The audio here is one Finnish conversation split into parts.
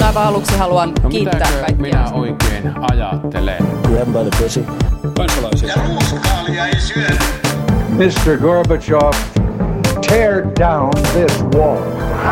aivan aluksi haluan kiittää kaikkia. Minä oikein ajattelen? Grab by the pussy. Kansalaisia. Ja ruuskaalia ei syödä. Mr. Gorbachev, tear down this wall.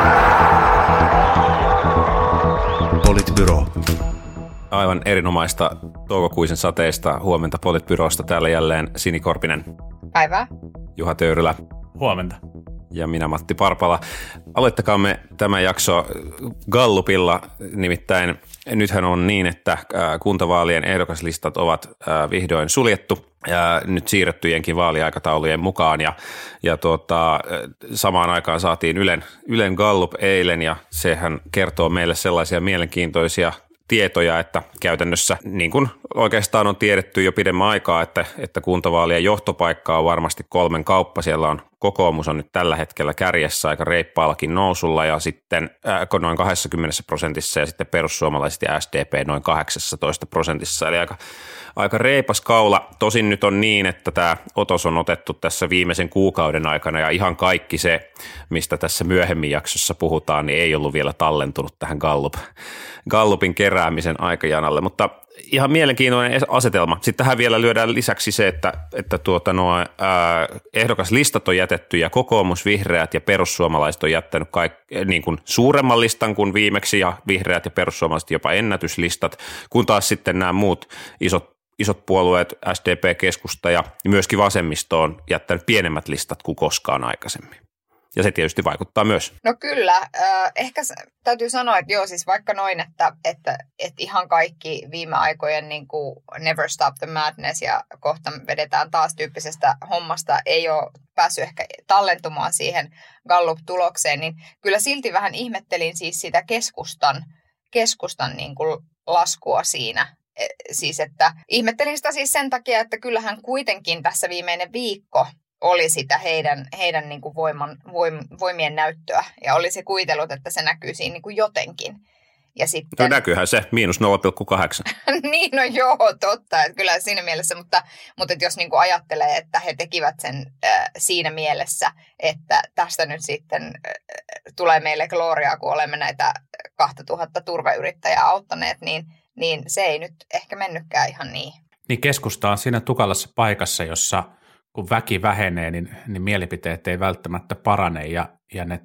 Politbyro. Aivan erinomaista toukokuisen sateista huomenta Politbyrosta. Täällä jälleen Sini Korpinen. Päivää. Juha Töyrylä. Huomenta. Ja minä Matti Parpala. Aloittakaamme tämä jakso Gallupilla. Nimittäin nythän on niin, että kuntavaalien ehdokaslistat ovat vihdoin suljettu ja nyt siirrettyjenkin vaaliaikataulujen mukaan. Ja samaan aikaan saatiin Ylen Gallup eilen ja sehän kertoo meille sellaisia mielenkiintoisia tietoja, että käytännössä niin kuin oikeastaan on tiedetty jo pidemmän aikaa, että kuntavaalien johtopaikka on varmasti kolmen kauppa. Siellä on kokoomus on nyt tällä hetkellä kärjessä aika reippaallakin nousulla ja sitten noin 20% ja sitten perussuomalaiset ja SDP noin 18%. Eli aika reipas kaula. Tosin nyt on niin, että tämä otos on otettu tässä viimeisen kuukauden aikana ja ihan kaikki se, mistä tässä myöhemmin jaksossa puhutaan, niin ei ollut vielä tallentunut tähän Gallupin keräämisen aikajanalle, mutta ihan mielenkiintoinen asetelma. Sitten tähän vielä lyödään lisäksi se, että ehdokaslistat on jätetty ja kokoomus, vihreät ja perussuomalaiset on jättänyt niin kuin suuremman listan kuin viimeksi ja vihreät ja perussuomalaiset jopa ennätyslistat, kun taas sitten nämä muut isot puolueet, SDP, keskusta ja myöskin vasemmisto on jättänyt pienemmät listat kuin koskaan aikaisemmin. Ja se tietysti vaikuttaa myös. No kyllä. Ehkä täytyy sanoa, että joo, siis vaikka noin, että ihan kaikki viime aikojen niin kuin never stop the madness ja kohta vedetään taas tyyppisestä hommasta, ei ole päässyt ehkä tallentumaan siihen Gallup-tulokseen, niin kyllä silti vähän ihmettelin siis sitä keskustan niin kuin laskua siinä. Siis että ihmettelin sitä siis sen takia, että kyllähän kuitenkin tässä viimeinen viikko oli sitä heidän niin kuin voimien näyttöä ja oli se kuvitellut, että se näkyy siinä niin kuin jotenkin. Ja sitten, no näkyyhän se, -0,8. Niin, no joo, totta, että kyllä siinä mielessä, mutta että jos niin kuin ajattelee, että he tekivät sen siinä mielessä, että tästä nyt sitten tulee meille gloriaa, kun olemme näitä 2000 turvayrittäjää auttaneet, niin se ei nyt ehkä mennytkään ihan niin. Niin keskusta on siinä tukalassa paikassa, jossa kun väki vähenee, niin mielipiteet ei välttämättä parane ja ne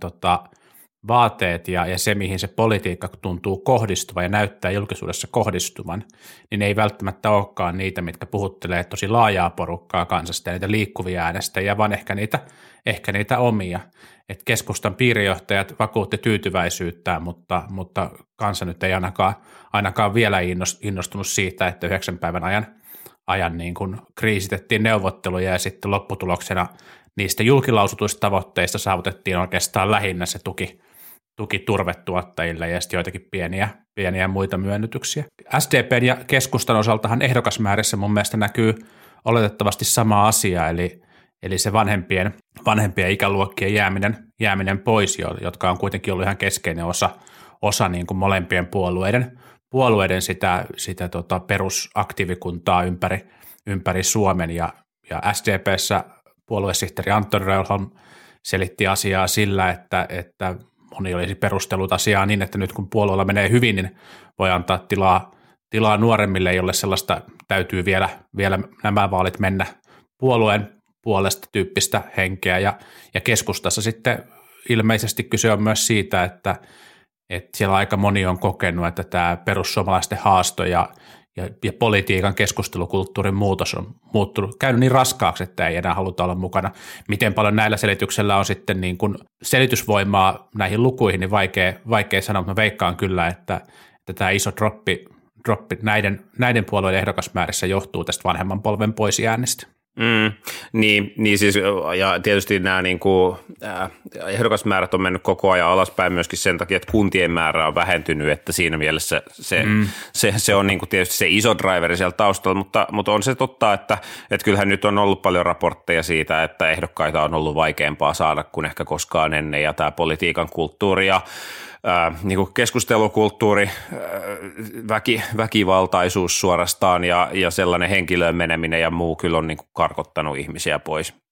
vaateet ja se, mihin se politiikka tuntuu kohdistuvan ja näyttää julkisuudessa kohdistuvan, niin ei välttämättä olekaan niitä, mitkä puhuttelee tosi laajaa porukkaa kansasta ja niitä liikkuvia äänestäjiä, vaan ehkä niitä omia. Et keskustan piirijohtajat vakuutti tyytyväisyyttään, mutta kansa nyt ei ainakaan vielä innostunut siitä, että 9 päivän ajan niin kuin kriisitettiin neuvotteluja ja sitten lopputuloksena niistä julkilausutuista tavoitteista saavutettiin oikeastaan lähinnä se tuki turvetuottajille ja sitten joitakin pieniä muita myönnytyksiä. SDPn ja keskustan osaltahan ehdokasmäärissä mun mielestä näkyy oletettavasti sama asia, eli se vanhempien ikäluokkien jääminen pois, jotka on kuitenkin ollut ihan keskeinen osa niin kuin molempien puolueiden sitä perusaktiivikuntaa ympäri Suomen ja SDP:ssä puoluesihteeri Antton Röhrholm selitti asiaa sillä, että moni olisi perustellut asiaa niin, että nyt kun puolueella menee hyvin, niin voi antaa tilaa nuoremmille, jolle sellaista täytyy vielä nämä vaalit mennä puolueen puolesta tyyppistä henkeä ja keskustassa sitten ilmeisesti kyse on myös siitä, että siellä aika moni on kokenut, että tämä perussuomalaisten haasto ja politiikan keskustelukulttuurin muutos on käynyt niin raskaaksi, että ei enää haluta olla mukana. Miten paljon näillä selityksellä on sitten niin kuin selitysvoimaa näihin lukuihin, niin vaikea sanoa, mutta mä veikkaan kyllä, että tämä iso droppi näiden puolueiden ehdokasmäärissä johtuu tästä vanhemman polven poisjäännistä. Niin siis, ja tietysti nämä niin kuin, ehdokasmäärät on mennyt koko ajan alaspäin myöskin sen takia, että kuntien määrä on vähentynyt, että siinä mielessä se on niin kuin tietysti se iso driveri siellä taustalla, mutta on se totta, että kyllähän nyt on ollut paljon raportteja siitä, että ehdokkaita on ollut vaikeampaa saada kuin ehkä koskaan ennen, ja tämä politiikan kulttuuri ja niin kuin keskustelukulttuuri, väkivaltaisuus suorastaan ja sellainen henkilöön meneminen ja muu kyllä on niin kuin karkottanut ihmisiä pois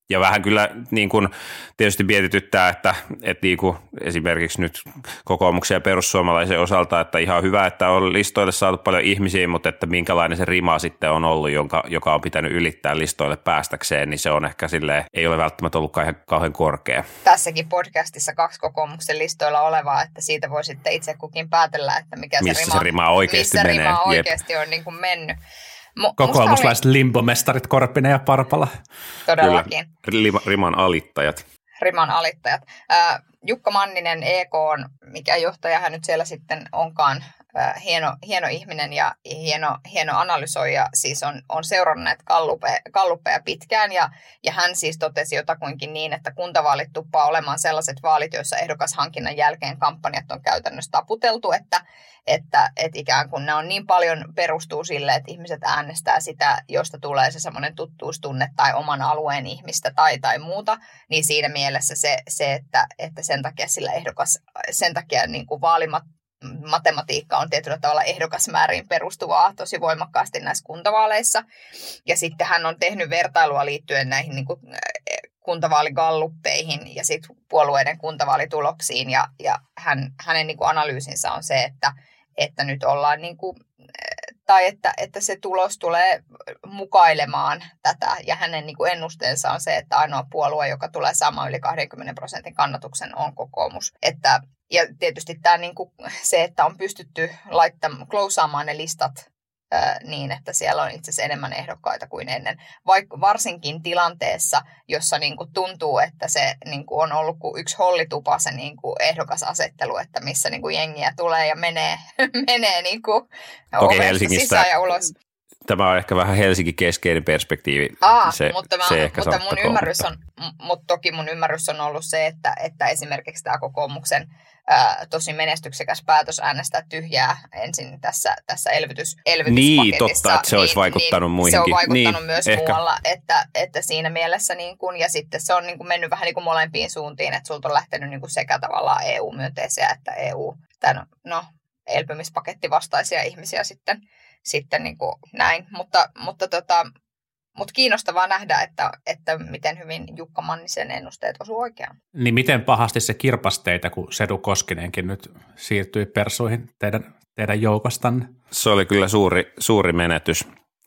Ja vähän kyllä niin kuin tietysti mietityttää, että niin kuin esimerkiksi nyt kokoomuksen ja perussuomalaisen osalta, että ihan hyvä, että on listoille saatu paljon ihmisiä, mutta että minkälainen se rima sitten on ollut, joka on pitänyt ylittää listoille päästäkseen, niin se on ehkä silleen, ei ole välttämättä ollut kauhean korkea. Tässäkin podcastissa 2 kokoomuksen listoilla olevaa, että siitä voi sitten itse kukin päätellä, että missä se rima oikeasti menee. Missä rima oikeasti on niin kuin mennyt. Kokoomuslaiset limbomestarit Korpinen ja Parpala. Todellakin. Kyllä, riman alittajat. Riman alittajat. Jukka Manninen, EK on, mikä johtaja hän nyt siellä sitten onkaan, hieno ihminen ja hieno analysoija, siis on seurannut näitä galluppeja pitkään ja hän siis totesi jotakuinkin niin, että kuntavaalit tuppaa olemaan sellaiset vaalit, joissa ehdokashankinnan jälkeen kampanjat on käytännössä taputeltu, että ikään kuin ne on niin paljon perustuu sille, että ihmiset äänestää sitä, josta tulee se semmoinen tuttuustunne tai oman alueen ihmistä tai muuta, niin siinä mielessä se että sen takia niin kuin matematiikka on tietyllä tavalla ehdokasmääriin perustuvaa tosi voimakkaasti näissä kuntavaaleissa. Ja sitten hän on tehnyt vertailua liittyen näihin niin kuin kuntavaaligalluppeihin ja sitten puolueiden kuntavaalituloksiin. Ja hänen niin kuin analyysinsä on se, että nyt ollaan niin kuin, tai että se tulos tulee mukailemaan tätä. Ja hänen niin kuin ennusteensa on se, että ainoa puolue, joka tulee saamaan yli 20% kannatuksen, on kokoomus. Ja tietysti tämä niin kuin se, että on pystytty klousaamaan ne listat niin, että siellä on itse asiassa enemmän ehdokkaita kuin ennen. Vaikka varsinkin tilanteessa, jossa niin kuin tuntuu, että se niin kuin on ollut kuin yksi hollitupa se niin kuin ehdokasasettelu, että missä niin kuin jengiä tulee ja menee niin kuin ovesta sisään ja ulos. Tämä on ehkä vähän Helsinki-keskeinen perspektiivi. Mutta toki mun ymmärrys on ollut se, että esimerkiksi tämä kokoomuksen tosi menestyksekäs päätös äänestää tyhjää ensin tässä elvytyspaketissa. Niin, totta, että se olisi vaikuttanut muihinkin. Se on vaikuttanut niin, myös ehkä muualla, että siinä mielessä, niin kun, ja sitten se on niin kun mennyt vähän niin kuin molempiin suuntiin, että sulta on lähtenyt niin kuin sekä tavallaan EU-myönteisiä että elpymispaketti vastaisia ihmisiä sitten niin kuin näin, mutta kiinnostavaa nähdä, että miten hyvin Jukka Mannisen ennusteet osuu oikeaan. Niin miten pahasti se kirpasi teitä, kun Sedu Koskinenkin nyt siirtyi persuihin teidän joukostanne? Se oli kyllä suuri menetys.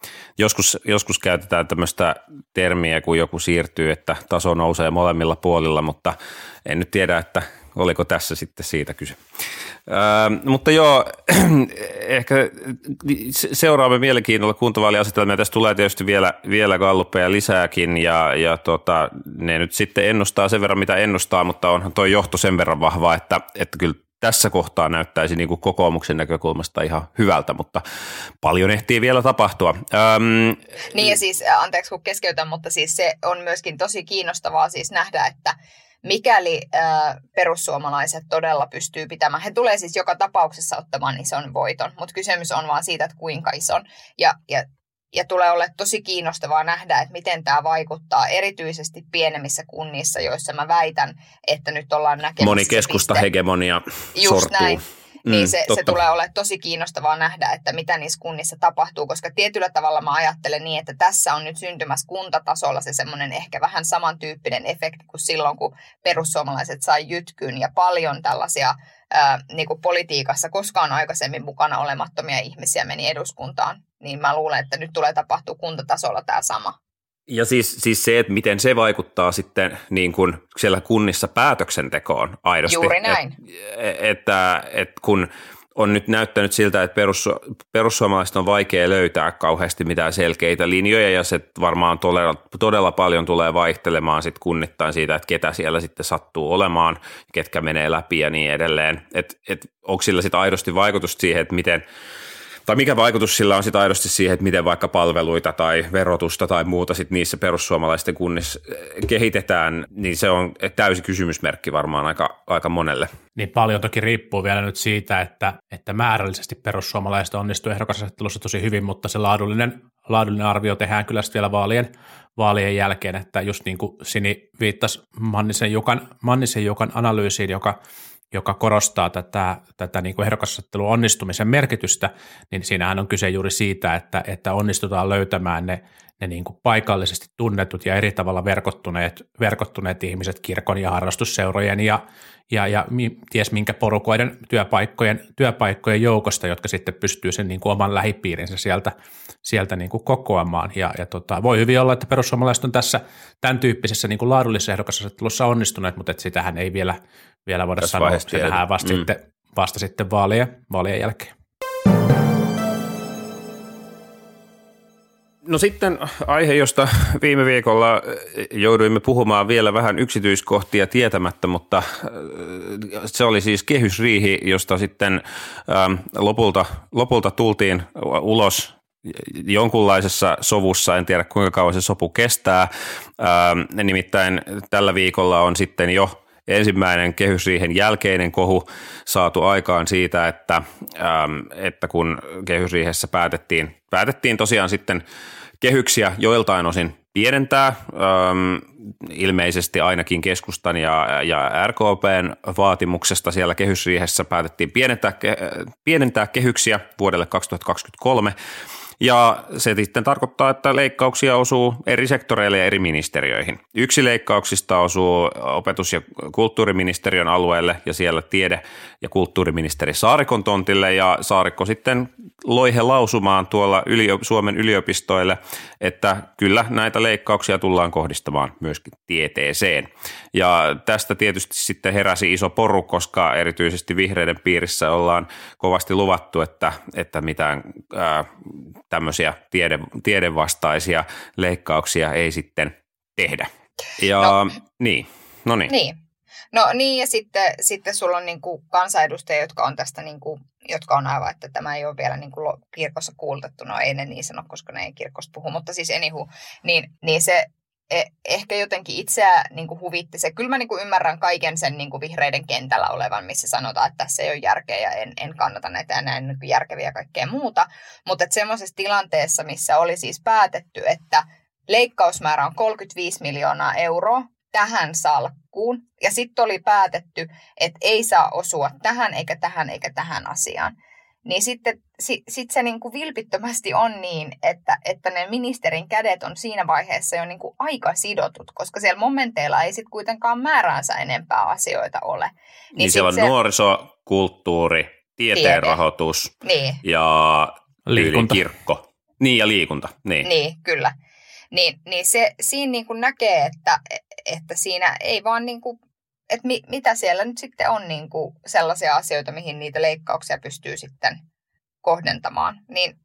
Joskus käytetään tämmöistä termiä, kun joku siirtyy, että taso nousee molemmilla puolilla, mutta en nyt tiedä, että oliko tässä sitten siitä kyse. Mutta joo, ehkä seuraamme mielenkiinnolla kuntavaaliasetelmia. Tässä tulee tietysti vielä galluppeja lisääkin ja ne nyt sitten ennustaa sen verran, mitä ennustaa, mutta onhan tuo johto sen verran vahva, että kyllä tässä kohtaa näyttäisi niin kuin kokoomuksen näkökulmasta ihan hyvältä, mutta paljon ehtii vielä tapahtua. Niin ja siis, anteeksi kun keskeytän, mutta siis se on myöskin tosi kiinnostavaa siis nähdä, että mikäli perussuomalaiset todella pystyy pitämään, he tulee siis joka tapauksessa ottamaan ison voiton, mutta kysymys on vaan siitä, että kuinka ison. Ja tulee olla tosi kiinnostavaa nähdä, että miten tämä vaikuttaa erityisesti pienemmissä kunnissa, joissa mä väitän, että nyt ollaan näkemässä. Monikeskusta-hegemonia sortuu. Näin. Niin se tulee olemaan tosi kiinnostavaa nähdä, että mitä niissä kunnissa tapahtuu, koska tietyllä tavalla mä ajattelen niin, että tässä on nyt syntymässä kuntatasolla se semmoinen ehkä vähän samantyyppinen efekti kuin silloin, kun perussuomalaiset sai jytkyn ja paljon tällaisia niin kuin politiikassa koskaan aikaisemmin mukana olemattomia ihmisiä meni eduskuntaan, niin mä luulen, että nyt tulee tapahtua kuntatasolla tämä sama. Ja siis se, että miten se vaikuttaa sitten niin kuin siellä kunnissa päätöksentekoon aidosti. Juuri näin. Että kun on nyt näyttänyt siltä, että perussuomalaiset on vaikea löytää kauheasti mitään selkeitä linjoja ja se varmaan todella paljon tulee vaihtelemaan sitten kunnittain siitä, että ketä siellä sitten sattuu olemaan, ketkä menee läpi ja niin edelleen. Et onko sillä sitten aidosti vaikutus siihen, että miten tai mikä vaikutus sillä on sitten aidosti siihen, että miten vaikka palveluita tai verotusta tai muuta sitten niissä perussuomalaisten kunnissa kehitetään, niin se on täysi kysymysmerkki varmaan aika monelle. Niin paljon toki riippuu vielä nyt siitä, että määrällisesti perussuomalaiset onnistuu ehdokasasettelussa tosi hyvin, mutta se laadullinen arvio tehdään kyllä sitten vielä vaalien jälkeen, että just niin kuin Sini viittasi Mannisen Jukan analyysiin, joka korostaa tätä niin kuin ehdokasasettelun onnistumisen merkitystä, niin siinähän on kyse juuri siitä, että onnistutaan löytämään ne niin kuin paikallisesti tunnetut ja eri tavalla verkottuneet ihmiset kirkon ja harrastusseurojen ja ties minkä porukoiden työpaikkojen joukosta, jotka sitten pystyy sen niin kuin oman lähipiirinsä sieltä niin kuin kokoamaan. Ja voi hyvin olla, että perussuomalaiset on tässä tämän tyyppisessä niin kuin laadullisessa ehdokasasettelussa onnistuneet, mutta sitähän ei vielä voida sanoa, se nähdään vasta sitten vaalien jälkeen. No sitten aihe, josta viime viikolla jouduimme puhumaan vielä vähän yksityiskohtia tietämättä, mutta se oli siis kehysriihi, josta sitten lopulta tultiin ulos jonkunlaisessa sovussa, en tiedä kuinka kauan se sopu kestää, nimittäin tällä viikolla on sitten jo ensimmäinen kehysriihen jälkeinen kohu saatu aikaan siitä, että kun kehysriihessä päätettiin tosiaan sitten kehyksiä joiltain osin pienentää, ilmeisesti ainakin keskustan ja RKPn vaatimuksesta siellä kehysriihessä päätettiin pienentää kehyksiä vuodelle 2023, ja se sitten tarkoittaa, että leikkauksia osuu eri sektoreille ja eri ministeriöihin. Yksi leikkauksista osuu opetus- ja kulttuuriministeriön alueelle ja siellä tiede- ja kulttuuriministeri Saarikon tontille, ja Saarikko sitten loi he lausumaan tuolla Suomen yliopistoille, että kyllä näitä leikkauksia tullaan kohdistamaan myöskin tieteeseen. Ja tästä tietysti sitten heräsi iso poru, koska erityisesti vihreiden piirissä ollaan kovasti luvattu, että mitään tämmöisiä tiedevastaisia leikkauksia ei sitten tehdä. Ja niin. No niin, ja sitten sulla on niinku kansanedustajia, jotka on tästä niinku, jotka on aivan, että tämä ei ole vielä niinku kirkossa kuultettu. No ei ne niin sano, koska ne ei kirkosta puhu, mutta siis anywho, niin se ehkä jotenkin itseä niinku huvitti se. Kyllä mä niinku ymmärrän kaiken sen niinku vihreiden kentällä olevan, missä sanotaan, että tässä ei ole järkeä ja en kannata näitä ja näin niinku järkeviä ja kaikkea muuta. Mutta semmoisessa tilanteessa, missä oli siis päätetty, että leikkausmäärä on 35 miljoonaa euroa tähän salkkuun, ja sitten oli päätetty, että ei saa osua tähän eikä tähän asiaan. Niin sitten se niin kuin vilpittömästi on niin, että ne ministerin kädet on siinä vaiheessa jo niin kuin aika sidotut, koska siellä momenteilla ei sitten kuitenkaan määräänsä enempää asioita ole. Niin siellä on nuoriso, kulttuuri, tieteen rahoitus ja kirkko. Niin, ja liikunta. Niin kyllä. Niin se siinä niin kuin näkee, että siinä ei vaan niin kuin, että mitä siellä nyt sitten on niin kuin sellaisia asioita, mihin niitä leikkauksia pystyy sitten kohdentamaan, niin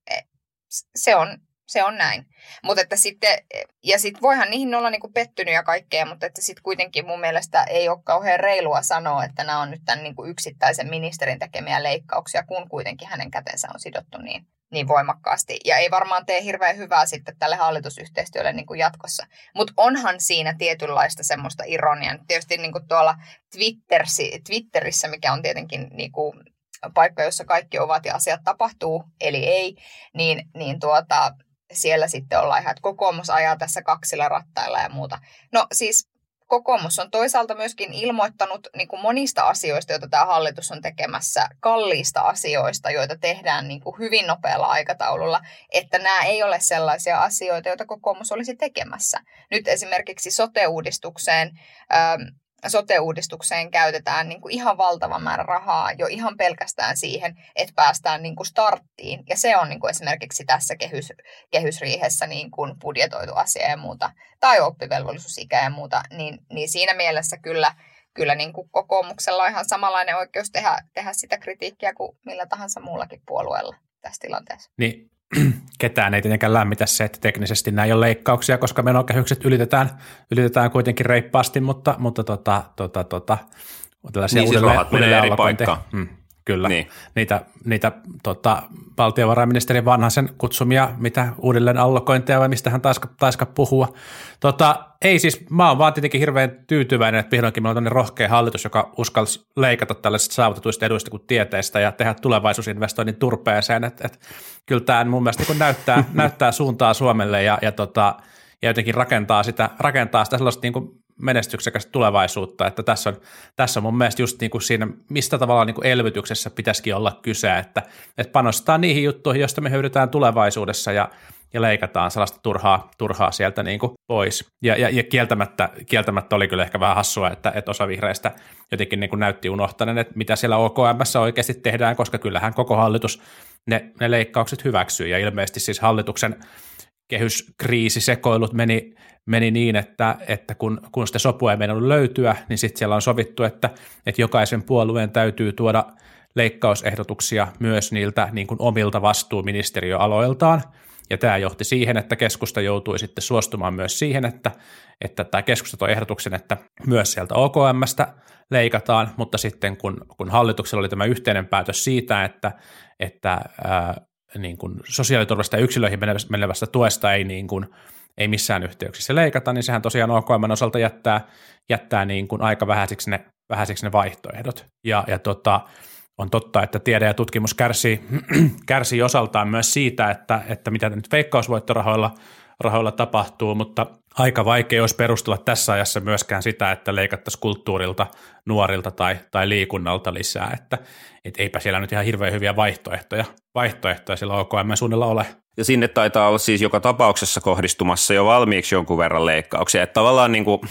se on näin. Mutta että sitten, ja sitten voihan niihin olla niin kuin pettynyt ja kaikkea, mutta että sitten kuitenkin mun mielestä ei ole kauhean reilua sanoa, että nämä on nyt tämän niin kuin yksittäisen ministerin tekemiä leikkauksia, kun kuitenkin hänen kätensä on sidottu niin voimakkaasti. Ja ei varmaan tee hirveän hyvää sitten tälle hallitusyhteistyölle niin kuin jatkossa. Mutta onhan siinä tietynlaista semmoista ironiaa. Tietysti niin kuin tuolla Twitterissä, mikä on tietenkin niin kuin paikka, jossa kaikki ovat ja asiat tapahtuu, eli ei, niin siellä sitten ollaan ihan, että kokoomus ajaa tässä kaksilla rattailla ja muuta. No siis kokoomus on toisaalta myöskin ilmoittanut niin kuin monista asioista, joita tämä hallitus on tekemässä, kalliista asioista, joita tehdään niin kuin hyvin nopealla aikataululla, että nämä ei ole sellaisia asioita, joita kokoomus olisi tekemässä. Nyt esimerkiksi sote-uudistukseen käytetään niin kuin ihan valtava määrä rahaa jo ihan pelkästään siihen, että päästään niin kuin starttiin. Ja se on niin kuin esimerkiksi tässä kehysriihessä niin kuin budjetoitu asia ja muuta, tai oppivelvollisuusikä ja muuta. Niin siinä mielessä kyllä niin kuin kokoomuksella on ihan samanlainen oikeus tehdä sitä kritiikkiä kuin millä tahansa muullakin puolueella tässä tilanteessa. Niin. Ketään ei tietenkään lämmitä se, että teknisesti nämä ei ole leikkauksia, koska menokehykset ylitetään kuitenkin reippaasti, mutta tällaisia niin, uudelleen eri paikkaan. Kyllä, niin. niitä valtiovarainministeri Vanhasen kutsumia, mitä uudelleen allokointeja vai mistä hän taiska puhua. Ei siis, mä oon vaan tietenkin hirveän tyytyväinen, että vihdoinkin meillä on tämmöinen rohkea hallitus, joka uskalsi leikata tällaisista saavutetuista eduista kuin tieteestä ja tehdä tulevaisuusinvestoinnin turpeeseen, että kyllä tämä mun mielestä niin näyttää suuntaa Suomelle ja jotenkin rakentaa sitä sellaista niin kuin menestyksekästä tulevaisuutta, että tässä on mun mielestä just niin kuin siinä, mistä tavallaan niin kuin elvytyksessä pitäisikin olla kyse, että panostetaan niihin juttuihin, joista me hyödytään tulevaisuudessa ja leikataan sellaista turhaa sieltä niin kuin pois. Ja kieltämättä oli kyllä ehkä vähän hassua, että osa vihreistä jotenkin niin kuin näytti unohtaneen, että mitä siellä OKM:ssä oikeasti tehdään, koska kyllähän koko hallitus ne leikkaukset hyväksyy, ja ilmeisesti siis hallituksen kehyskriisisekoilut meni niin, että kun sitä sopua ei meinannut löytyä, niin sitten siellä on sovittu, että jokaisen puolueen täytyy tuoda leikkausehdotuksia myös niiltä niin kuin omilta vastuuministeriöaloiltaan, ja tämä johti siihen, että keskusta joutui sitten suostumaan myös siihen, että tämä keskusta toi ehdotuksen, että myös sieltä OKM:stä leikataan, mutta sitten kun hallituksella oli tämä yhteinen päätös siitä, että niin kuin sosiaaliturvasta ja yksilöihin menevästä tuesta ei missään yhteyksissä leikata, niin sehän tosiaan OKM:n osalta jättää niin kuin aika vähäisiksi ne vaihtoehdot. Ja on totta, että tiede ja tutkimus kärsii osaltaan myös siitä, että mitä nyt veikkausvoittorahoilla tapahtuu, mutta aika vaikea olisi perustella tässä ajassa myöskään sitä, että leikattaisiin kulttuurilta, nuorilta tai liikunnalta lisää, että eipä siellä nyt ihan hirveän hyviä vaihtoehtoja sillä OKM suunnilla ole. Ja sinne taitaa olla siis joka tapauksessa kohdistumassa jo valmiiksi jonkun verran leikkauksia. Että tavallaan niin kuin,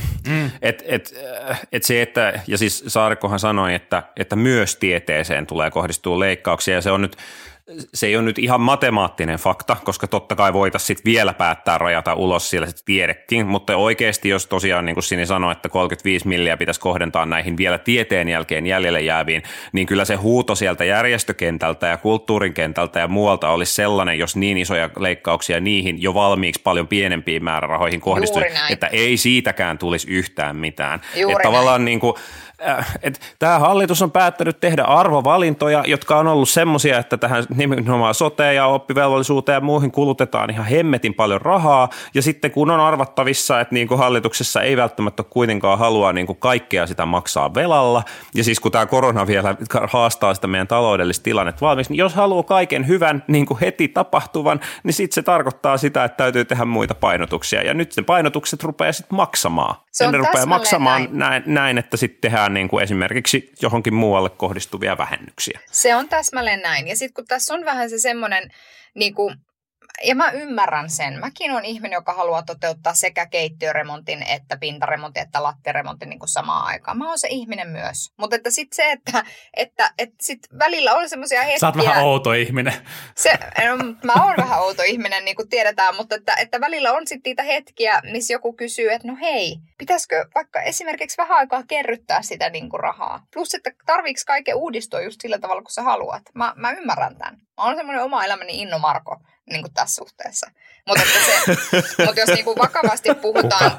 ja siis Saarikkohan sanoi, että myös tieteeseen tulee kohdistua leikkauksia, ja se ei ole nyt ihan matemaattinen fakta, koska totta kai voitaisiin sitten vielä päättää rajata ulos siellä sitten tiedekin, mutta oikeasti jos tosiaan niin kuin Sini sanoi, että 35 milliä pitäisi kohdentaa näihin vielä tieteen jälkeen jäljelle jääviin, niin kyllä se huuto sieltä järjestökentältä ja kulttuurin kentältä ja muualta olisi sellainen, jos niin isoja leikkauksia niihin jo valmiiksi paljon pienempiin määrärahoihin kohdistuisi, että ei siitäkään tulisi yhtään mitään. Että tavallaan niin kuin, tämä hallitus on päättänyt tehdä arvovalintoja, jotka on ollut semmoisia, että tähän nimenomaan soteen ja oppivelvollisuuteen ja muihin kulutetaan ihan hemmetin paljon rahaa, ja sitten kun on arvattavissa, että niin kuin hallituksessa ei välttämättä kuitenkaan halua niin kuin kaikkea sitä maksaa velalla, ja siis kun tämä korona vielä haastaa sitä meidän taloudellista tilannetta valmiiksi, niin jos haluaa kaiken hyvän niin kuin heti tapahtuvan, niin sitten se tarkoittaa sitä, että täytyy tehdä muita painotuksia, ja nyt ne painotukset rupeaa sitten maksamaan. Ne rupeaa maksamaan näin, että sitten tehdään niin kuin esimerkiksi johonkin muualle kohdistuvia vähennyksiä. Se on täsmälleen näin. Ja sitten kun tässä on vähän se semmoinen, niin kuin, ja mä ymmärrän sen. Mäkin olen ihminen, joka haluaa toteuttaa sekä keittiöremontin, että pintaremontin, että lattiaremontin niin kuin samaan aikaan. Mä oon se ihminen myös. Mutta että sitten se, että sit välillä on semmoisia hetkiä. Sä oot vähän outo ihminen. Mä oon vähän outo ihminen, niin kuin tiedetään, mutta että välillä on sitten niitä hetkiä, missä joku kysyy, että no hei, pitäisikö vaikka esimerkiksi vähän aikaa kerryttää sitä niin kuin rahaa? Plus, että tarviiko kaiken uudistua just sillä tavalla, kun sä haluat. Mä ymmärrän tämän. Mä oon semmoinen oma elämäni Inno Marko niin kuin tässä suhteessa. Mutta jos niin kuin vakavasti puhutaan.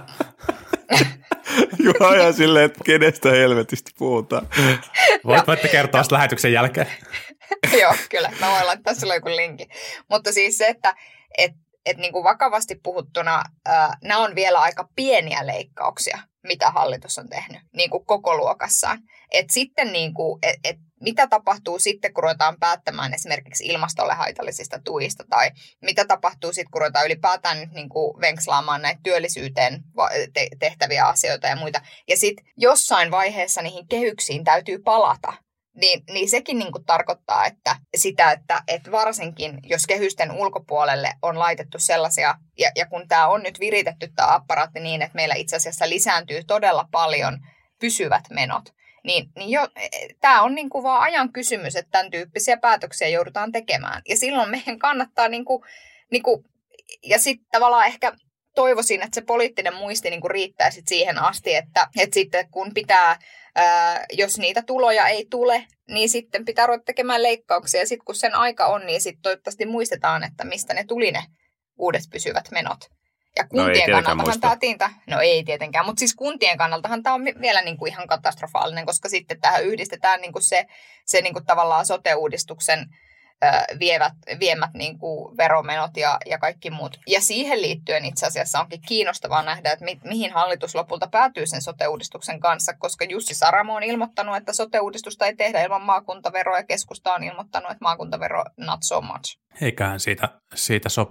Juha ja silleen, että kenestä helvetistä puhutaan. Voitte kertoa sitä lähetyksen jälkeen. Joo, kyllä. Mä voin laittaa sulle joku linkin. Mutta siis se, että niin kuin vakavasti puhuttuna nämä on vielä aika pieniä leikkauksia, mitä hallitus on tehnyt niin kuin koko luokassaan. Et sitten niin kuin, mitä tapahtuu sitten, kun ruvetaan päättämään esimerkiksi ilmastolle haitallisista tuista, tai mitä tapahtuu sitten, kun ruvetaan ylipäätään nyt niin kuin venkslaamaan näitä työllisyyteen tehtäviä asioita ja muita. Ja sitten jossain vaiheessa niihin kehyksiin täytyy palata. Niin sekin niin kuin tarkoittaa, että varsinkin jos kehysten ulkopuolelle on laitettu sellaisia, ja kun tämä on nyt viritetty tämä apparaatti niin, että meillä itse asiassa lisääntyy todella paljon pysyvät menot, niin tämä on niin kuin vaan ajan kysymys, että tämän tyyppisiä päätöksiä joudutaan tekemään. Ja silloin meidän kannattaa, ja sitten tavallaan ehkä toivoisin, että se poliittinen muisti niin kuin riittää sit siihen asti, että sitten kun pitää, jos niitä tuloja ei tule, niin sitten pitää ruveta tekemään leikkauksia. Ja sitten kun sen aika on, niin sitten toivottavasti muistetaan, että mistä ne tuli ne uudet pysyvät menot. Ja kuntien kannaltahan tämä tinta, no ei tietenkään, mutta siis kuntien kannaltahan tämä on vielä niin kuin ihan katastrofaalinen, koska sitten tähän yhdistetään niin kuin se niin kuin tavallaan sote-uudistuksen viemät niin kuin veromenot ja kaikki muut. Ja siihen liittyen itse asiassa onkin kiinnostavaa nähdä, että mihin hallitus lopulta päätyy sen sote-uudistuksen kanssa, koska Jussi Saramo on ilmoittanut, että sote-uudistusta ei tehdä ilman maakuntaveroa, ja keskusta on ilmoittanut, että maakuntavero not so much. Eiköhän siitä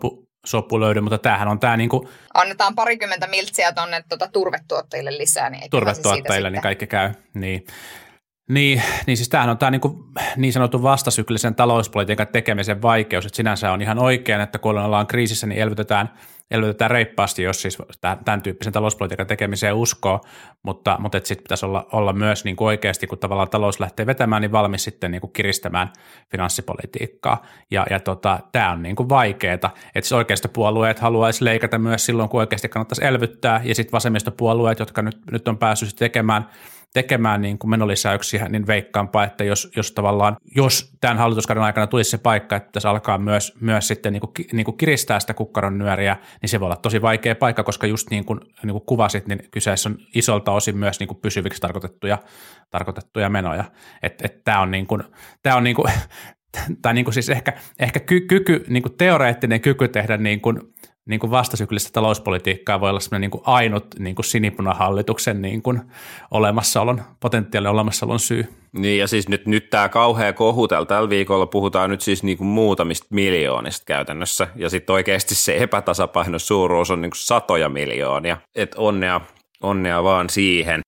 sopu löydy, mutta tämähän on tämä niin kuin annetaan 20 miltsiä tuonne turvetuottajille lisää, niin turvetuottajille, niin kaikki käy. Niin siis tämähän on tämä niin sanotun vastasyklisen talouspolitiikan tekemisen vaikeus, että sinänsä on ihan oikein, että kun ollaan kriisissä, niin elvytetään reippaasti, jos siis tämän tyyppisen talouspolitiikan tekemiseen uskoo, mutta sitten pitäisi olla myös niin kuin oikeasti, kun tavallaan talous lähtee vetämään, niin valmis sitten niin kuin kiristämään finanssipolitiikkaa. Ja tämä on niin kuin vaikeaa, että siis oikeistopuolueet haluaisi leikata myös silloin, kun oikeasti kannattaisi elvyttää, ja sitten vasemmistopuolueet, jotka nyt on päässyt tekemään niin kuin menolisäyksiä, niin veikkaanpa, että jos tämän hallituskauden aikana tulisi se paikka, että pitäisi alkaa myös sitten niin kuin kiristää sitä kukkaron nyöriä, niin se voi olla tosi vaikea paikka, koska just niin kuin kuvasit, niin kyseessä on isolta osin myös niin kuin pysyviksi tarkoitettuja menoja. Tämä on niin kuin tai niin kuin siis ehkä kyky, niin kuin teoreettinen kyky tehdä niin kuin vastasyklistä talouspolitiikkaa voi olla sellainen niin kuin ainut niin kuin sinipunahallituksen niin kuin potentiaalinen olemassaolon syy. Niin ja siis nyt tämä kauhea kohu tällä viikolla puhutaan nyt siis niin kuin muutamista miljoonista käytännössä ja sitten oikeasti se epätasapainon suuruus on niin kuin satoja miljoonia, että onnea vaan siihen.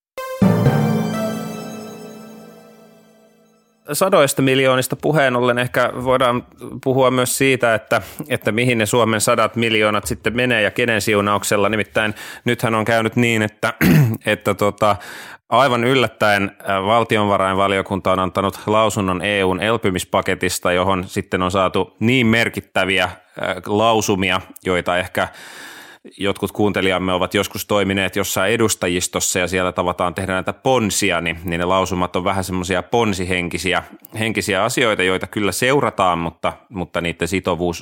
Sadoista miljoonista puheen ollen ehkä voidaan puhua myös siitä, että mihin ne Suomen 100 miljoonat sitten menee ja kenen siunauksella. Nimittäin nythän on käynyt niin, että aivan yllättäen valtionvarainvaliokunta on antanut lausunnon EUn elpymispaketista, johon sitten on saatu niin merkittäviä lausumia, joita ehkä jotkut kuuntelijamme ovat joskus toimineet jossain edustajistossa ja siellä tavataan tehdä näitä ponsia, niin ne lausumat on vähän semmoisia ponsihenkisiä asioita, joita kyllä seurataan, mutta niiden sitovuus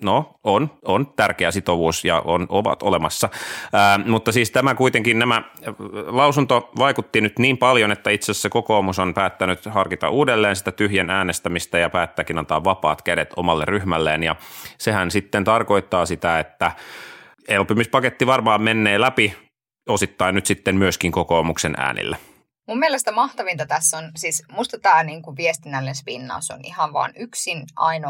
on tärkeä sitovuus ja ovat olemassa. Mutta siis nämä lausunto vaikutti nyt niin paljon, että itse asiassa kokoomus on päättänyt harkita uudelleen sitä tyhjän äänestämistä ja päättääkin antaa vapaat kädet omalle ryhmälleen ja sehän sitten tarkoittaa sitä, että elpymispaketti varmaan menee läpi osittain nyt sitten myöskin kokoomuksen äänillä. Mun mielestä mahtavinta tässä on, siis musta tämä niinku viestinnällinen spinnaus on ihan vaan yksin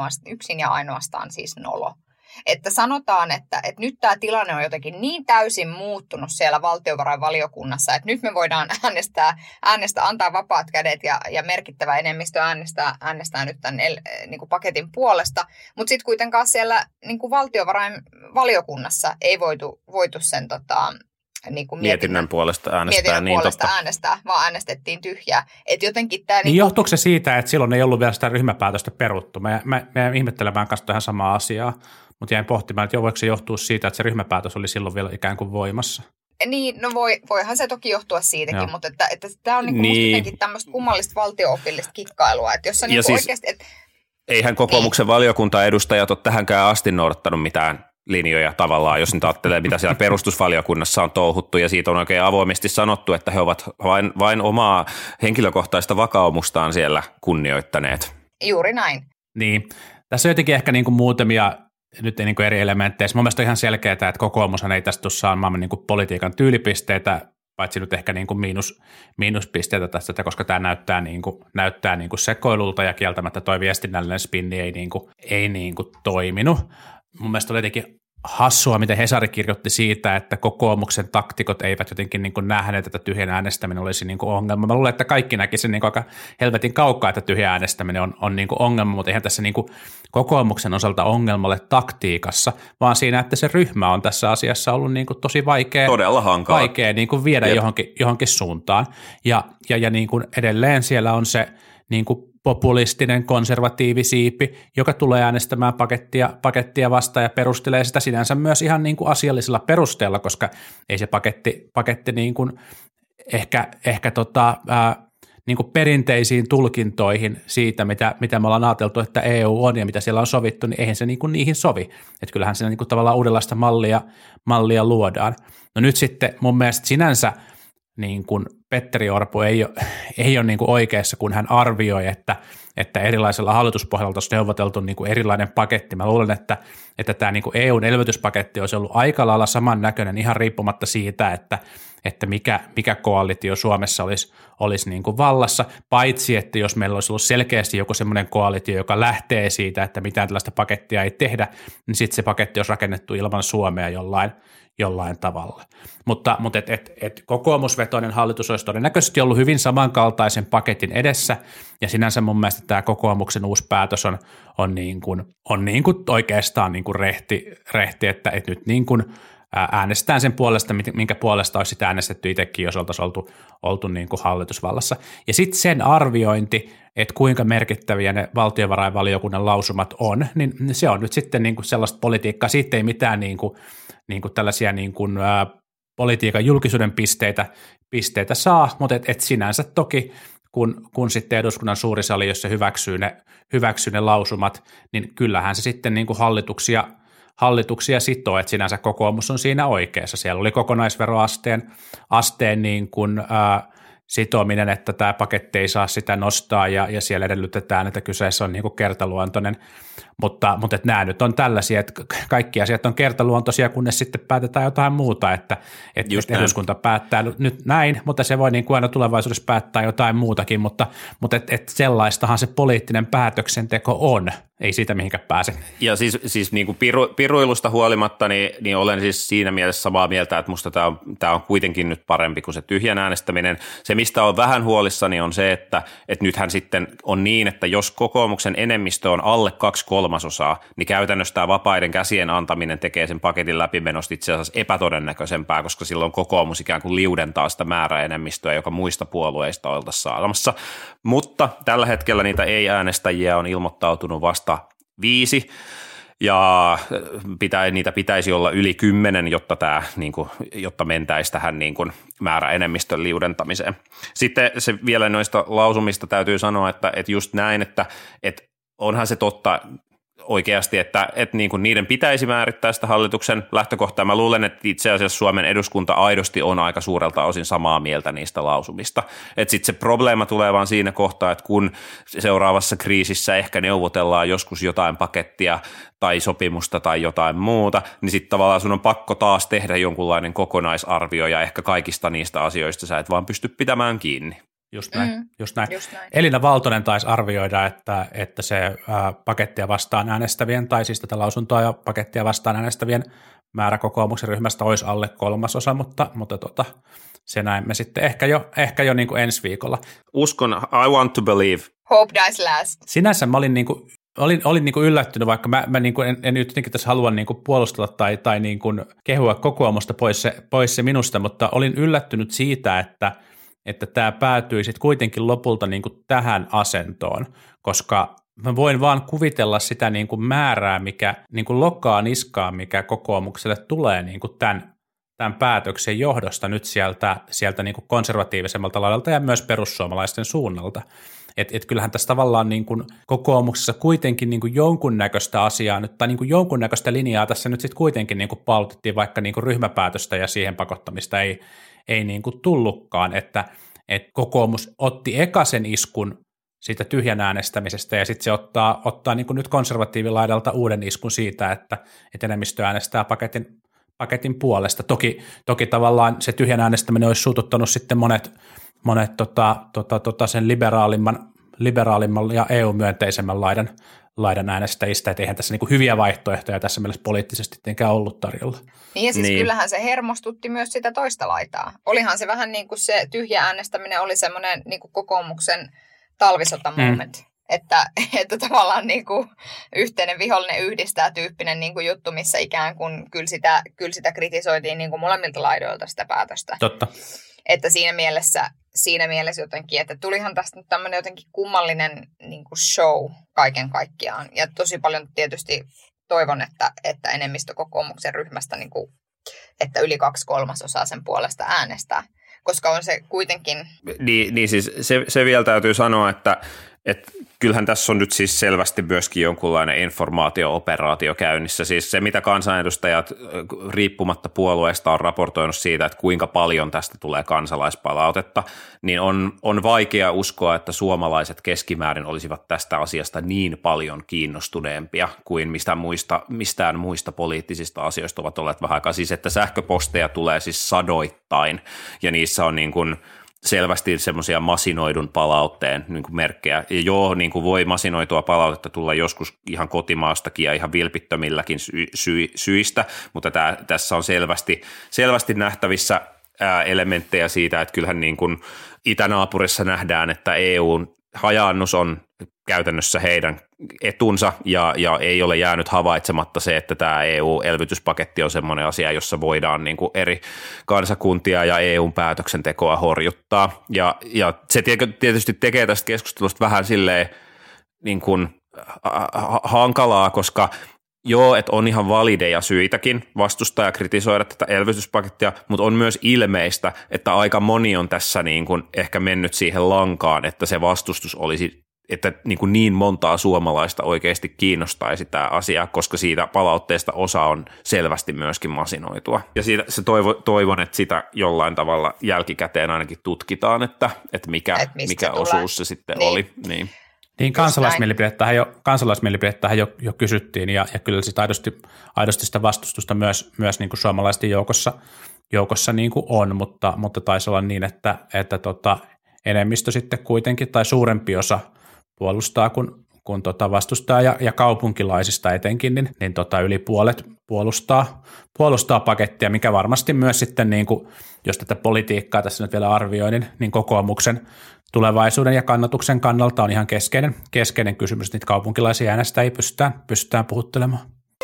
ja ainoastaan siis nolo. Että sanotaan, että nyt tämä tilanne on jotenkin niin täysin muuttunut siellä valtiovarainvaliokunnassa, että nyt me voidaan äänestää antaa vapaat kädet ja merkittävä enemmistö äänestää nyt tämän niin paketin puolesta. Mutta sitten kuitenkaan siellä niin valtiovarainvaliokunnassa ei voitu sen niin kuin mietinnön puolesta äänestää, vaan äänestettiin tyhjää. Et jotenkin tämä niin johtuuko se siitä, että silloin ei ollut vielä sitä ryhmäpäätöstä peruttu? Mä ihmettelemään kanssa ihan samaa asiaa, mutta jäin pohtimaan, että voiko se johtua siitä, että se ryhmäpäätös oli silloin vielä ikään kuin voimassa? Niin, no voihan se toki johtua siitäkin, joo. Mutta että tämä on musta jotenkin tämmöistä kummallista valtio-opillista kikkailua, että jos on niin siis, oikeasti... Eihän kokoomuksen valiokuntaedustajat ole tähänkään asti noudattanut mitään linjoja tavallaan, jos nyt ajattelee, mitä siellä perustusvaliokunnassa on touhuttu, ja siitä on oikein avoimesti sanottu, että he ovat vain omaa henkilökohtaista vakaumustaan siellä kunnioittaneet. Juuri näin. Niin, tässä on jotenkin ehkä niin kuin muutamia nyt niin kuin eri elementtejä. Mun mielestä on ihan selkeää, että kokoomushan ei tästä tule saamaan niin kuin politiikan tyylipisteitä, paitsi nyt ehkä niin kuin miinuspisteitä tästä, koska tämä näyttää niin kuin sekoilulta, ja kieltämättä toi viestinnällinen spinni ei niin kuin toiminut. Mun mielestä oli jotenkin hassua, miten Hesari kirjoitti siitä, että kokoomuksen taktikot eivät jotenkin niin kuin nähneet, että tyhjän äänestäminen olisi niin kuin ongelma. Mä luulen, että kaikki näki sen niin kuin aika helvetin kaukaa, että tyhjän äänestäminen on niin kuin ongelma, mutta eihän tässä niin kuin kokoomuksen osalta ongelmalle taktiikassa, vaan siinä, että se ryhmä on tässä asiassa ollut niin kuin tosi vaikea niin kuin viedä johonkin suuntaan. Ja niin kuin edelleen siellä on se niin kuin populistinen konservatiivisiipi, joka tulee äänestämään pakettia vastaan ja perustelee sitä sinänsä myös ihan niin kuin asiallisella perusteella, koska ei se paketti niin kuin ehkä niin kuin perinteisiin tulkintoihin siitä, mitä me ollaan ajateltu, että EU on ja mitä siellä on sovittu, niin eihän se niin kuin niihin sovi. Että kyllähän siinä niin kuin tavallaan uudenlaista mallia luodaan. No nyt sitten mun mielestä sinänsä niin kuin Petteri Orpo ei ole niin kuin oikeassa, kun hän arvioi, että erilaisella hallituspohjalta olisi neuvoteltu niin kuin erilainen paketti. Mä luulen, että tämä niin kuin EUn elvytyspaketti olisi ollut aika lailla samannäköinen ihan riippumatta siitä, että mikä koalitio Suomessa olisi niin kuin vallassa, paitsi että jos meillä olisi ollut selkeästi joku semmoinen koalitio, joka lähtee siitä, että mitään tällaista pakettia ei tehdä, niin sitten se paketti olisi rakennettu ilman Suomea jollain tavalla. Mutta kokoomusvetoinen hallitus olisi todennäköisesti ollut hyvin samankaltaisen paketin edessä, ja sinänsä mun mielestä tämä kokoomuksen uusi päätös on niin kuin oikeastaan niin kuin rehti, että nyt niin kuin äänestetään sen puolesta, minkä puolesta olisi sitä äänestetty itsekin, jos oltaisiin oltu niin kuin hallitusvallassa. Ja sitten sen arviointi, että kuinka merkittäviä ne valtiovarainvaliokunnan lausumat on, niin se on nyt sitten niin kuin sellaista politiikkaa. Siitä ei mitään niin kuin tällaisia niin kuin, politiikan julkisuuden pisteitä saa, mutta et sinänsä toki, kun sitten eduskunnan suuri sali, jos se hyväksyy ne lausumat, niin kyllähän se sitten niin kuin hallituksia sitoo, että sinänsä kokoomus on siinä oikeassa. Siellä oli kokonaisveroasteen niin kuin, sitominen, että tämä paketti ei saa sitä nostaa ja siellä edellytetään, että kyseessä on niin kuin kertaluontoinen, mutta että nämä nyt on tällaisia, että kaikki asiat on kertaluontoisia, kunnes sitten päätetään jotain muuta, että eduskunta päättää nyt näin, mutta se voi niin kuin aina tulevaisuudessa päättää jotain muutakin, mutta että sellaistahan se poliittinen päätöksenteko on, ei siitä mihinkään pääse. Ja siis niin kuin piruilusta huolimatta, niin olen siis siinä mielessä samaa mieltä, että musta tämä on kuitenkin nyt parempi kuin se tyhjän äänestäminen. Se, mistä on vähän huolissani, on se, että nythän sitten on niin, että jos kokoomuksen enemmistö on alle 2/3, niin käytännössä tämä vapaiden käsien antaminen tekee sen paketin läpimenosta itse asiassa epätodennäköisempää, koska silloin kokoomus ikään kuin liudentaa sitä määräenemmistöä, joka muista puolueista oltaisiin saamassa. Mutta tällä hetkellä niitä ei-äänestäjiä on ilmoittautunut vasta 5, ja niitä pitäisi olla yli 10, jotta mentäisiin tähän niin kuin määräenemmistön liudentamiseen. Sitten se vielä noista lausumista täytyy sanoa, että just näin, että onhan se totta oikeasti, että niin kuin niiden pitäisi määrittää sitä hallituksen lähtökohtaa. Mä luulen, että itse asiassa Suomen eduskunta aidosti on aika suurelta osin samaa mieltä niistä lausumista. Että sitten se probleema tulee vaan siinä kohtaa, että kun seuraavassa kriisissä ehkä neuvotellaan joskus jotain pakettia tai sopimusta tai jotain muuta, niin sitten tavallaan sun on pakko taas tehdä jonkunlainen kokonaisarvio ja ehkä kaikista niistä asioista sä et vaan pysty pitämään kiinni. Just näin. Elina Valtonen taisi arvioida, että se pakettia vastaan äänestävien, tai siis tätä lausuntoa ja pakettia vastaan äänestävien määrä kokoomuksen ryhmästä olisi alle 1/3, mutta se näemme sitten ehkä jo niin kuin ensi viikolla. Uskon, I want to believe. Hope dies last. Sinänsä mä olin niin kuin yllättynyt, vaikka mä niin kuin en nyt jotenkin tässä halua niin kuin puolustella tai niin kuin kehua kokoomusta pois se minusta, mutta olin yllättynyt siitä, että tämä päätyi sitten kuitenkin lopulta niin kuin tähän asentoon, koska mä voin vaan kuvitella sitä niin kuin määrää, mikä niin kuin lokaa niskaan, mikä kokoomukselle tulee niin kuin tämän päätöksen johdosta nyt sieltä niin kuin konservatiivisemmalta laidalta ja myös perussuomalaisten suunnalta. Et kyllähän tässä tavallaan niin kuin kokoomuksessa kuitenkin niin kuin jonkunnäköistä asiaa nyt, tai niin kuin jonkunnäköistä linjaa tässä nyt sitten kuitenkin niin kuin pautettiin, vaikka niin kuin ryhmäpäätöstä ja siihen pakottamista ei niin kuin tullutkaan, että kokoomus otti ekasen iskun siitä tyhjän äänestämisestä ja sitten se ottaa niin kuin nyt konservatiivilaidalta uuden iskun siitä, että enemmistö äänestää paketin puolesta. Toki tavallaan se tyhjän äänestäminen olisi suututtanut sitten monet sen liberaalimman ja EU-myönteisemmän laidan äänestäjistä, että eihän tässä niinku hyviä vaihtoehtoja tässä mielessä poliittisesti tietenkään ollut tarjolla. Niin ja siis kyllähän se hermostutti myös sitä toista laitaa. Olihan se vähän niin kuin se tyhjä äänestäminen oli semmoinen niin kuin kokoomuksen talvisota-moment. Että tavallaan niin kuin yhteinen vihollinen yhdistää tyyppinen niin kuin juttu, missä ikään kuin kyllä sitä kritisoitiin niin kuin molemmilta laidoilta sitä päätöstä. Totta. Että siinä mielessä jotenkin, että tulihan tästä nyt tämmöinen jotenkin kummallinen niin kuin show kaiken kaikkiaan. Ja tosi paljon tietysti toivon, että enemmistö kokoomuksen ryhmästä, niin kuin, että yli 2/3 sen puolesta äänestää. Koska on se kuitenkin... Niin siis se vielä täytyy sanoa, että kyllähän tässä on nyt siis selvästi myöskin jonkunlainen informaatio-operaatio käynnissä. Siis se, mitä kansanedustajat riippumatta puolueesta on raportoinut siitä, että kuinka paljon tästä tulee kansalaispalautetta, niin on vaikea uskoa, että suomalaiset keskimäärin olisivat tästä asiasta niin paljon kiinnostuneempia kuin mistään muista poliittisista asioista ovat olleet vähän aikaa. Siis että sähköposteja tulee siis sadoittain ja niissä on niin kuin selvästi semmoisia masinoidun palautteen niin kuin merkkejä. Ja joo, niin kuin voi masinoitua palautetta tulla joskus ihan kotimaastakin ja ihan vilpittömilläkin syistä, mutta tässä on selvästi nähtävissä elementtejä siitä, että kyllähän niin kuin itänaapurissa nähdään, että EUn hajaannus on käytännössä heidän etunsa ja ei ole jäänyt havaitsematta se, että tämä EU-elvytyspaketti on semmoinen asia, jossa voidaan niin kuin eri kansakuntia ja EUn päätöksentekoa horjuttaa. Ja se tietysti tekee tästä keskustelusta vähän silleen niin kuin hankalaa, koska joo, että on ihan valideja syitäkin vastustaa ja kritisoida tätä elvytyspakettia, mutta on myös ilmeistä, että aika moni on tässä niin kuin ehkä mennyt siihen lankaan, että se vastustus olisi, että niin montaa suomalaista oikeasti kiinnostaisi tämä asia, koska siitä palautteesta osa on selvästi myöskin masinoitua. Ja toivon, että sitä jollain tavalla jälkikäteen ainakin tutkitaan, että mikä osuus se sitten oli. Niin kansalaismielipidettähän jo kysyttiin ja kyllä sitä aidosti sitä vastustusta myös niin kuin suomalaisten joukossa niin kuin on, mutta taisi olla niin, että enemmistö sitten kuitenkin tai suurempi osa puolustaa kun vastustaa ja kaupunkilaisista etenkin, niin yli puolet puolustaa pakettia, mikä varmasti myös sitten, niin kuin, jos tätä politiikkaa tässä nyt vielä arvioi, niin kokoomuksen tulevaisuuden ja kannatuksen kannalta on ihan keskeinen kysymys, niitä kaupunkilaisia äänestä ei pystytään puhuttelemaan.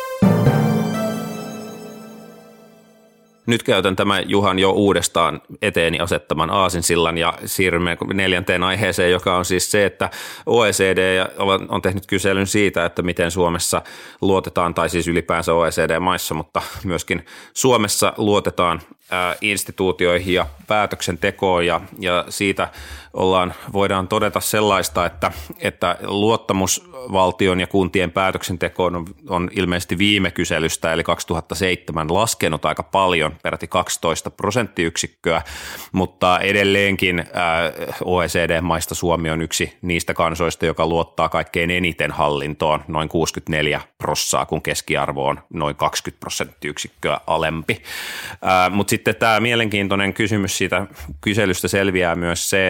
Nyt käytän tämän Juhan jo uudestaan eteeni asettaman aasinsillan ja siirrymme 4. aiheeseen, joka on siis se, että OECD on tehnyt kyselyn siitä, että miten Suomessa luotetaan, tai siis ylipäänsä OECD-maissa, mutta myöskin Suomessa luotetaan instituutioihin ja päätöksentekoon ja siitä voidaan todeta sellaista, että luottamus valtion ja kuntien päätöksentekoon on ilmeisesti viime kyselystä eli 2007 laskenut aika paljon, peräti 12%, mutta edelleenkin OECD-maista Suomi on yksi niistä kansoista, joka luottaa kaikkein eniten hallintoon, noin 64%, kun keskiarvo on noin 20% alempi. Mutta sitten tämä mielenkiintoinen kysymys siitä kyselystä selviää myös se,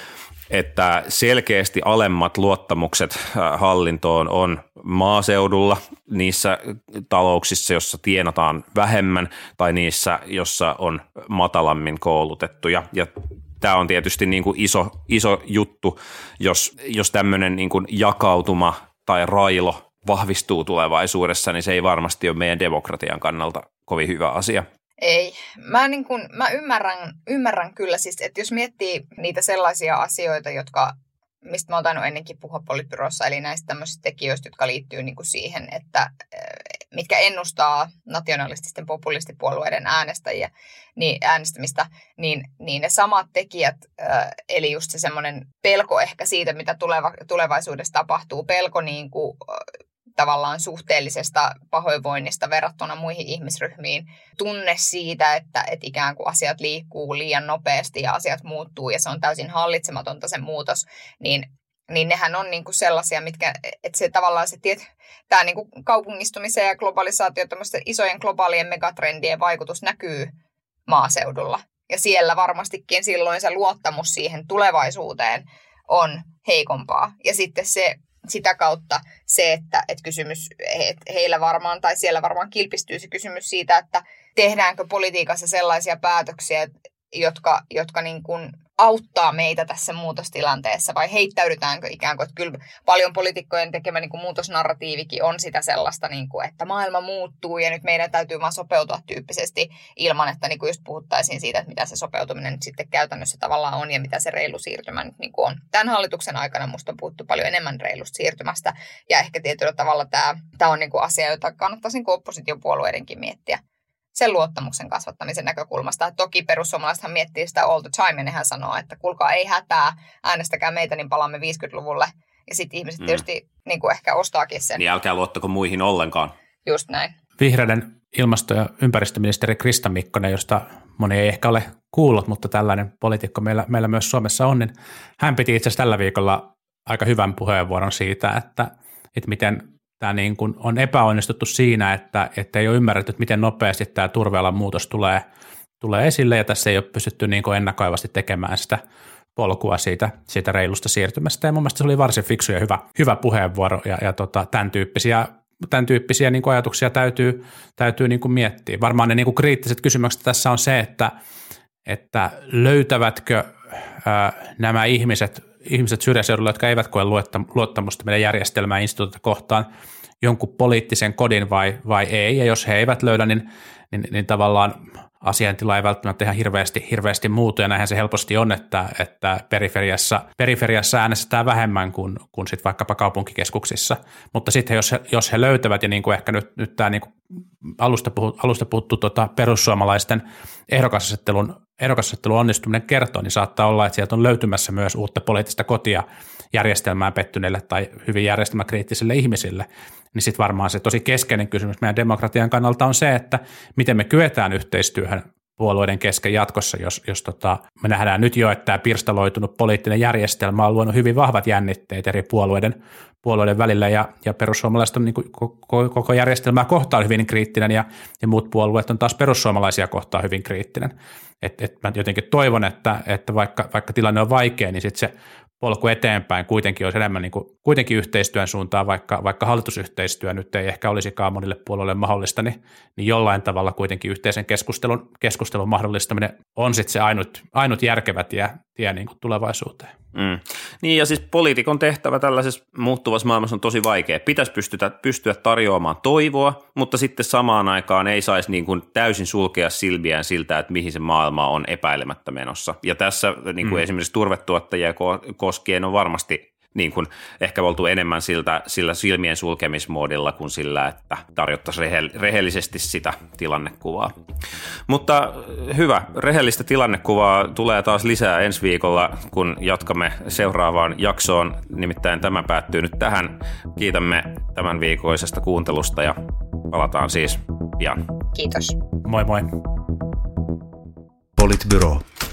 että selkeästi alemmat luottamukset hallintoon on maaseudulla, niissä talouksissa, jossa tienataan vähemmän tai niissä, jossa on matalammin koulutettuja. Ja tämä on tietysti niin kuin iso juttu, jos tämmöinen niin kuin jakautuma tai railo vahvistuu tulevaisuudessa, niin se ei varmasti ole meidän demokratian kannalta kovin hyvä asia. Ei. Mä ymmärrän kyllä, siis, että jos miettii niitä sellaisia asioita, mistä mä oon tainnut ennenkin puhua Politbyrossa, eli näistä tämmöisistä tekijöistä, jotka liittyy niin kuin siihen, että mitkä ennustaa nationalististen populistipuolueiden äänestämistä, niin ne samat tekijät, eli just se semmoinen pelko ehkä siitä, mitä tulevaisuudessa tapahtuu, pelko niin kuin tavallaan suhteellisesta pahoinvoinnista verrattuna muihin ihmisryhmiin, tunne siitä, että ikään kuin asiat liikkuu liian nopeasti ja asiat muuttuu ja se on täysin hallitsematonta se muutos, niin nehän on niin kuin sellaisia, mitkä, että se tavallaan tämä niin kuin kaupungistumisen ja globalisaatio, tämmöisten isojen globaalien megatrendien vaikutus näkyy maaseudulla. Ja siellä varmastikin silloin se luottamus siihen tulevaisuuteen on heikompaa. Ja sitten sitä kautta se, että kysymys heillä varmaan, tai siellä varmaan kilpistyy se kysymys siitä, että tehdäänkö politiikassa sellaisia päätöksiä, jotka niin kuin auttaa meitä tässä muutostilanteessa, vai heittäydytäänkö ikään kuin, että kyllä paljon poliitikkojen tekemä niin kuin muutosnarratiivikin on sitä sellaista, niin kuin, että maailma muuttuu ja nyt meidän täytyy vaan sopeutua tyyppisesti ilman, että niin kuin just puhuttaisiin siitä, että mitä se sopeutuminen nyt sitten käytännössä tavallaan on ja mitä se reilu siirtymä nyt niin kuin on. Tämän hallituksen aikana musta on puhuttu paljon enemmän reilusta siirtymästä ja ehkä tietyllä tavalla tämä on niin kuin asia, jota kannattaisi niin kuin oppositiopuolueidenkin miettiä sen luottamuksen kasvattamisen näkökulmasta. Toki perussuomalaisethan miettii sitä all the time, ja nehän sanoo, että kuulkaa ei hätää, äänestäkää meitä, niin palaamme 50-luvulle. Ja sitten ihmiset tietysti niin kuin ehkä ostaakin sen. Niin älkää luottako muihin ollenkaan. Just näin. Vihreiden ilmasto- ja ympäristöministeri Krista Mikkonen, josta moni ei ehkä ole kuullut, mutta tällainen poliitikko meillä myös Suomessa on, niin hän piti itse asiassa tällä viikolla aika hyvän puheenvuoron siitä, että miten tämä niin kuin on epäonnistuttu siinä, että ei ole ymmärretty, että miten nopeasti tämä turvealan muutos tulee esille, ja tässä ei ole pystytty niin kuin ennakoivasti tekemään sitä polkua siitä reilusta siirtymästä, ja mun mielestä se oli varsin fiksu ja hyvä puheenvuoro, ja tämän tyyppisiä niin kuin ajatuksia täytyy niin kuin miettiä. Varmaan ne niin kuin kriittiset kysymykset tässä on se, että löytävätkö nämä ihmiset syrjäseudulla, jotka eivät koe luottamusta meidän järjestelmään instituutiota kohtaan, jonkun poliittisen kodin vai ei, ja jos he eivät löydä, niin tavallaan asiantila ei välttämättä ihan hirveästi muutu, ja näinhän se helposti on, että periferiassa äänestetään vähemmän kuin sit vaikkapa kaupunkikeskuksissa, mutta sitten jos he löytävät, ja niin kuin ehkä nyt tämä niin kuin alusta puhuttu perussuomalaisten ehdokasasettelun onnistuminen kertoo, niin saattaa olla, että sieltä on löytymässä myös uutta poliittista kotia järjestelmään pettyneille tai hyvin järjestelmäkriittisille ihmisille, niin sitten varmaan se tosi keskeinen kysymys meidän demokratian kannalta on se, että miten me kyetään yhteistyöhön puolueiden kesken jatkossa, jos me nähdään nyt jo, että tämä pirstaloitunut poliittinen järjestelmä on luonut hyvin vahvat jännitteet eri puolueiden välillä, ja perussuomalaiset on niin koko järjestelmää kohtaan hyvin kriittinen, ja muut puolueet on taas perussuomalaisia kohtaan hyvin kriittinen. Mä jotenkin toivon, että vaikka tilanne on vaikea, niin sitten se polku eteenpäin kuitenkin olisi enemmän niin kuin, kuitenkin yhteistyön suuntaan, vaikka hallitusyhteistyö nyt ei ehkä olisikaan monille puolueille mahdollista, niin jollain tavalla kuitenkin yhteisen keskustelun mahdollistaminen on sitten se ainut järkevä tie niin kuin tulevaisuuteen. Niin, ja siis poliitikon tehtävä tällaisessa muuttuvassa maailmassa on tosi vaikea. Pitäisi pystyä tarjoamaan toivoa, mutta sitten samaan aikaan ei saisi niin kuin täysin sulkea silmiään siltä, että mihin se maailma on epäilemättä menossa. Ja tässä niin kuin esimerkiksi turvetuottajia koskien on varmasti niin kuin ehkä oltu enemmän sillä silmien sulkemismoodilla kuin sillä, että tarjottaisiin rehellisesti sitä tilannekuvaa. Mutta hyvä, rehellistä tilannekuvaa tulee taas lisää ensi viikolla, kun jatkamme seuraavaan jaksoon. Nimittäin tämä päättyy nyt tähän. Kiitämme tämän viikoisesta kuuntelusta ja palataan siis pian. Kiitos. Moi moi. Politbyro.